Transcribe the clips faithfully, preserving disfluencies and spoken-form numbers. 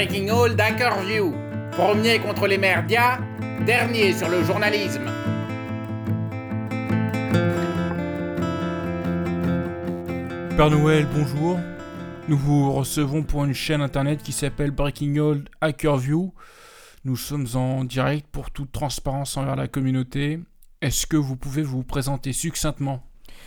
Breaking All d'Hackerview. Premier contre les merdias, dernier sur le journalisme. Père Noël, bonjour. Nous vous recevons pour une chaîne internet qui s'appelle Breaking All Hackerview. Nous sommes en direct pour toute transparence envers la communauté. Est-ce que vous pouvez vous présenter succinctement ?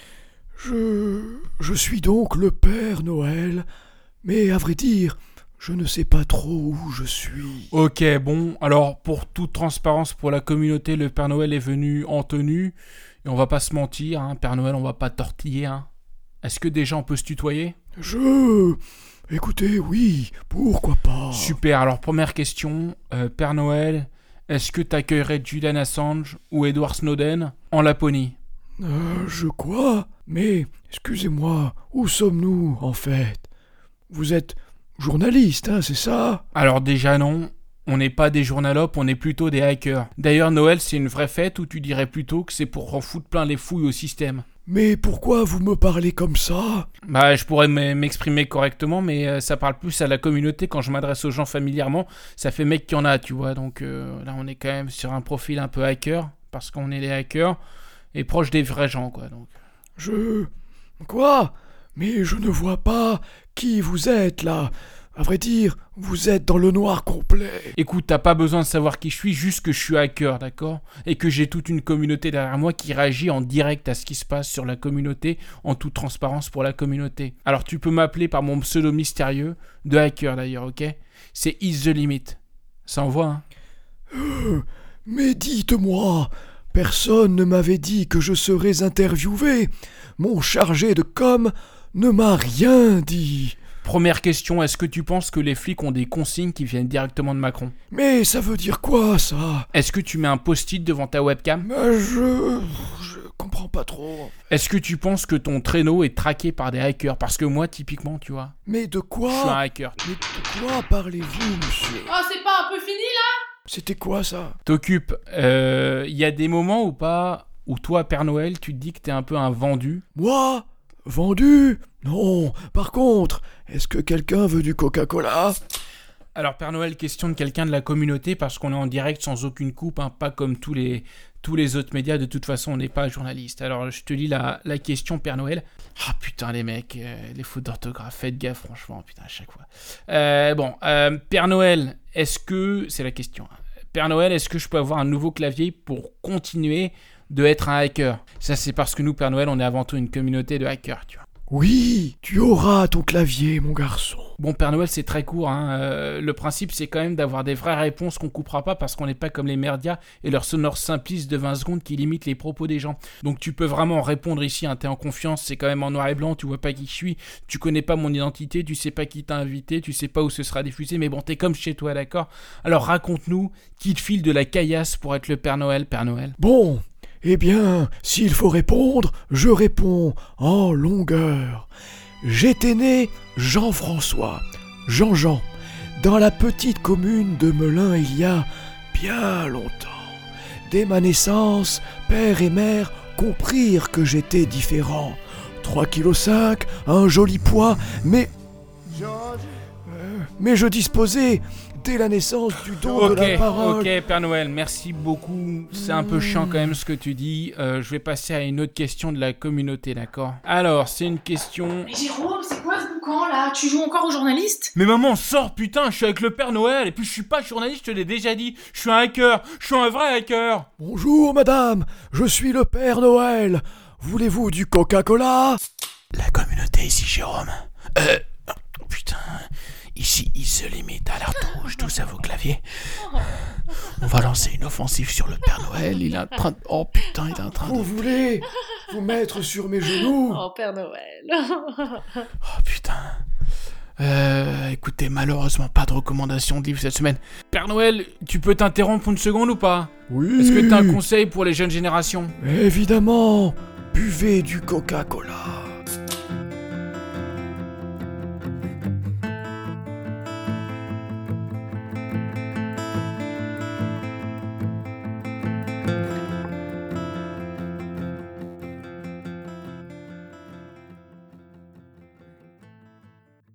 Je... je suis donc le Père Noël, mais à vrai dire, je ne sais pas trop où je suis. Ok, bon, alors pour toute transparence pour la communauté, le Père Noël est venu en tenue, et on va pas se mentir, hein, Père Noël, on va pas tortiller, hein. Est-ce que déjà on peut se tutoyer ? Je... Écoutez, oui, pourquoi pas. Super, alors première question, euh, Père Noël, est-ce que t'accueillerais Julian Assange ou Edward Snowden en Laponie ? Euh, je crois, mais excusez-moi, où sommes-nous en fait ? Vous êtes journaliste, hein, c'est ça ? Alors déjà non, on n'est pas des journalopes, on est plutôt des hackers. D'ailleurs Noël c'est une vraie fête ou tu dirais plutôt que c'est pour en foutre plein les fouilles au système ? Mais pourquoi vous me parlez comme ça ? Bah je pourrais m'exprimer correctement mais euh, ça parle plus à la communauté quand je m'adresse aux gens familièrement, ça fait mec qu'il y en a tu vois, donc euh, là on est quand même sur un profil un peu hacker, parce qu'on est des hackers, et proche des vrais gens quoi donc. Je... Quoi ? Mais je ne vois pas qui vous êtes là. À vrai dire, vous êtes dans le noir complet. Écoute, t'as pas besoin de savoir qui je suis, juste que je suis hacker, d'accord ? Et que j'ai toute une communauté derrière moi qui réagit en direct à ce qui se passe sur la communauté, en toute transparence pour la communauté. Alors tu peux m'appeler par mon pseudo mystérieux, de hacker d'ailleurs, ok ? C'est Is The Limit. Ça envoie, hein ? euh, Mais dites-moi, personne ne m'avait dit que je serais interviewé. Mon chargé de com ne m'a rien dit. Première question, est-ce que tu penses que les flics ont des consignes qui viennent directement de Macron ? Mais ça veut dire quoi, ça ? Est-ce que tu mets un post-it devant ta webcam ? euh, Je... je comprends pas trop. Est-ce que tu penses que ton traîneau est traqué par des hackers ? Parce que moi, typiquement, tu vois, Mais de quoi ? je suis un hacker. Mais de quoi parlez-vous, monsieur ? Oh, c'est pas un peu fini, là ? C'était quoi, ça ? T'occupes, il euh, y a des moments ou pas où toi, Père Noël, tu te dis que t'es un peu un vendu ? Moi ? Vendu ? Non. Par contre, est-ce que quelqu'un veut du Coca-Cola ? Alors Père Noël, question de quelqu'un de la communauté, parce qu'on est en direct sans aucune coupe, hein, pas comme tous les, tous les autres médias, de toute façon on n'est pas journaliste. Alors je te lis la, la question Père Noël. Ah putain les mecs, euh, les fautes d'orthographe, faites gaffe franchement, putain à chaque fois. Euh, bon, euh, Père Noël, est-ce que... C'est la question. Hein. Père Noël, est-ce que je peux avoir un nouveau clavier pour continuer de être un hacker ? Ça c'est parce que nous Père Noël, on est avant tout une communauté de hackers, tu vois. Oui, tu auras ton clavier, mon garçon. Bon, Père Noël, c'est très court. Hein. Euh, le principe, c'est quand même d'avoir des vraies réponses qu'on coupera pas parce qu'on n'est pas comme les merdias et leur sonore simpliste de vingt secondes qui limite les propos des gens. Donc, tu peux vraiment répondre ici. Hein. T'es en confiance, c'est quand même en noir et blanc. Tu vois pas qui je suis. Tu connais pas mon identité. Tu sais pas qui t'a invité. Tu sais pas où ce sera diffusé. Mais bon, t'es comme chez toi, d'accord ? Alors, raconte-nous qui te file de la caillasse pour être le Père Noël, Père Noël. Bon. Eh bien, s'il faut répondre, je réponds en longueur. J'étais né Jean-François, Jean-Jean, dans la petite commune de Melun il y a bien longtemps. Dès ma naissance, père et mère comprirent que j'étais différent. trois virgule cinq kilos, un joli poids, mais... Euh, mais je disposais... dès la naissance du don Ok, de la parole. ok, Père Noël, merci beaucoup. C'est un peu chiant quand même ce que tu dis. Euh, je vais passer à une autre question de la communauté, d'accord ? Alors, c'est une question... Mais Jérôme, c'est quoi ce boucan, là ? Tu joues encore au journaliste ? Mais maman, sors, putain, je suis avec le Père Noël. Et puis je suis pas journaliste, je te l'ai déjà dit. Je suis un hacker, je suis un vrai hacker. Bonjour madame, je suis le Père Noël. Voulez-vous du Coca-Cola ? La communauté ici, Jérôme. Euh... Oh, putain... Ici, il se limite à l'alerte rouge, tous à vos claviers. On va lancer une offensive sur le Père Noël. Il est en train de... Oh putain, il est en train de... Vous voulez vous mettre sur mes genoux ? Oh, Père Noël. Oh putain. Euh... Écoutez, malheureusement, pas de recommandation de livre cette semaine. Père Noël, tu peux t'interrompre une seconde ou pas ? Oui. Est-ce que t'as un conseil pour les jeunes générations ? Évidemment, buvez du Coca-Cola.